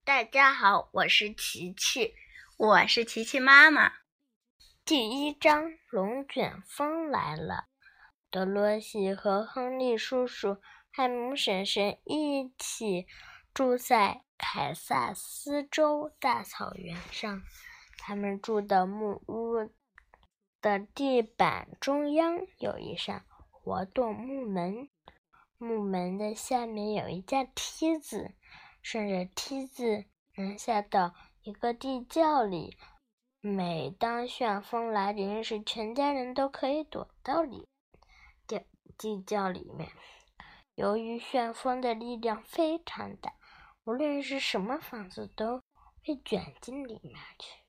大家好，我是琪琪， 我是琪琪妈妈。 第1章，龙卷风来了。多萝西和亨利叔叔、艾姆婶婶一起住在凯萨斯州大草原上。他们住的木屋的地板中央有一扇活动木门，木门的下面有一架梯子，顺着梯子能下到一个地窖里。每当旋风来临时，全家人都可以躲到地窖里面。由于旋风的力量非常大，无论是什么房子都被卷进里面去，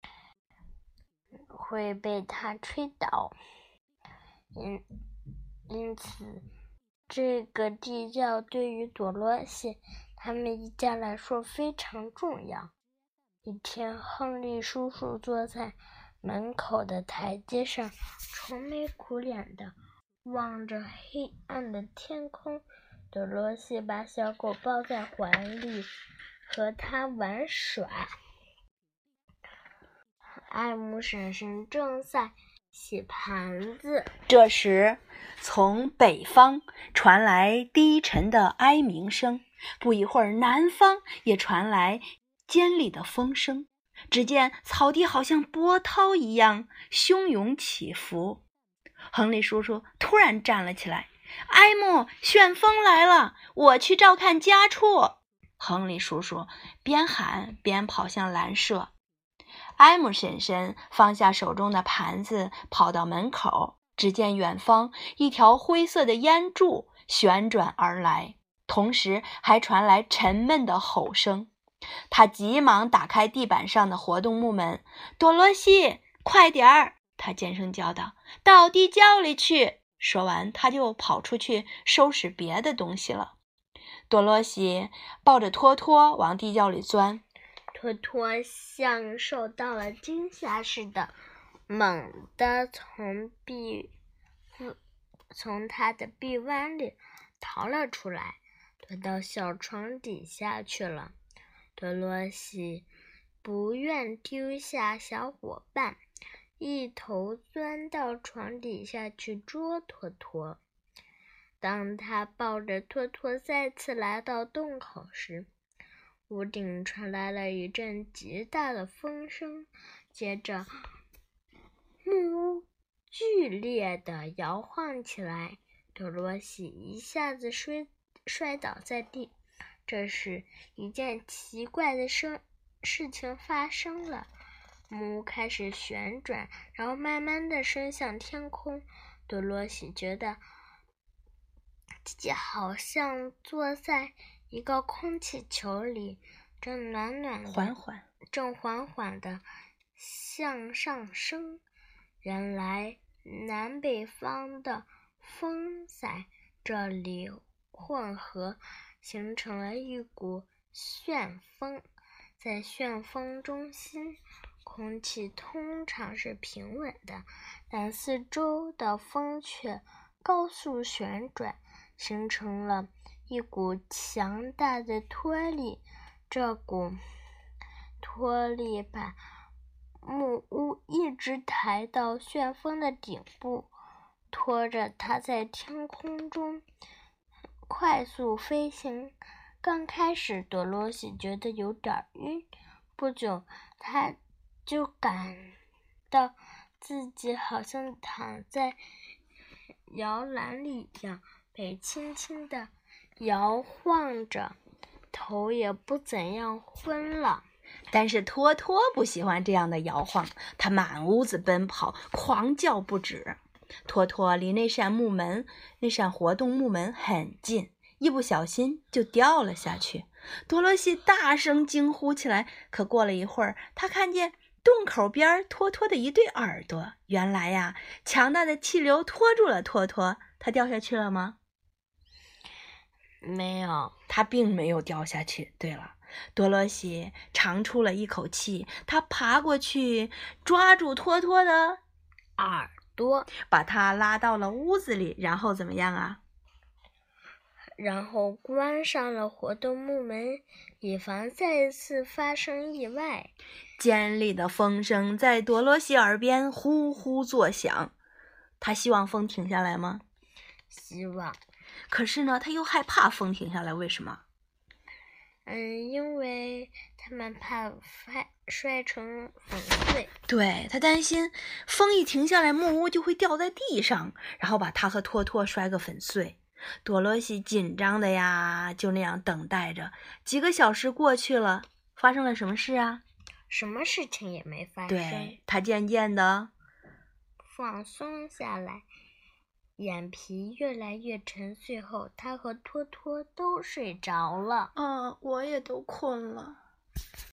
会被它吹倒。因此这个地窖对于多萝西他们一家来说非常重要。一天，亨利叔叔坐在门口的台阶上，愁眉苦脸的望着黑暗的天空。多萝西把小狗抱在怀里，和它玩耍。艾姆婶婶正在洗盘子。 这时，从北方传来低沉的哀鸣声，不一会儿，南方也传来尖利的风声。只见草地好像波涛一样汹涌起伏。亨利叔叔突然站了起来：“艾姆，旋风来了，我去照看家畜。”亨利叔叔边喊边跑向栏舍。艾姆婶婶放下手中的盘子，跑到门口，只见远方一条灰色的烟柱旋转而来，同时还传来沉闷的吼声。他急忙打开地板上的活动木门。“多萝西，快点儿！”他尖声叫道，“到地窖里去！”说完，他就跑出去收拾别的东西了。多萝西抱着托托往地窖里钻。 托托像受到了惊吓似的，猛地从他的臂弯里逃了出来，躲到小床底下去了。多萝西不愿丢下小伙伴，一头钻到床底下去捉托托。当他抱着托托再次来到洞口时，屋顶传来了一阵极大的风声，接着木屋剧烈地摇晃起来，多萝西一下子摔倒在地。这时，一件奇怪的事情发生了，木屋开始旋转，然后慢慢地升向天空。多萝西觉得自己好像坐在一个空气球里，正缓缓地向上升。原来南北方的风在这里混合，形成了一股旋风。在旋风中心，空气通常是平稳的，但四周的风却高速旋转，形成了一股强大的拖力。这股拖力把木屋一直抬到旋风的顶部，拖着它在天空中快速飞行。刚开始，多萝西觉得有点晕，不久他就感到自己好像躺在摇篮里一样，被轻轻地摇晃着，头也不怎样昏了。 但是托托不喜欢这样的摇晃，他满屋子奔跑，狂叫不止。托托离那扇活动木门很近，一不小心就掉了下去。多萝西大声惊呼起来，可过了一会儿，他看见洞口边托托的一对耳朵。原来呀，强大的气流拖住了托托。他掉下去了吗？ 没有， 他并没有掉下去。对了，多萝西长出了一口气，他爬过去抓住托托的耳朵， 把他拉到了屋子里，然后怎么样啊？ 然后关上了活动木门，以防再一次发生意外。 尖利的风声在多罗西耳边呼呼作响。他希望风停下来吗？ 希望。 可是呢，他又害怕风停下来，为什么？ 因为他们怕摔成粉碎。 对，他担心风一停下来，木屋就会掉在地上，然后把他和托托摔个粉碎。多罗西紧张的呀，就那样等待着。几个小时过去了，发生了什么事啊？ 什么事情也没发生。 对，他渐渐的放松下来，眼皮越来越沉，最后他和托托都睡着了。 我也都困了。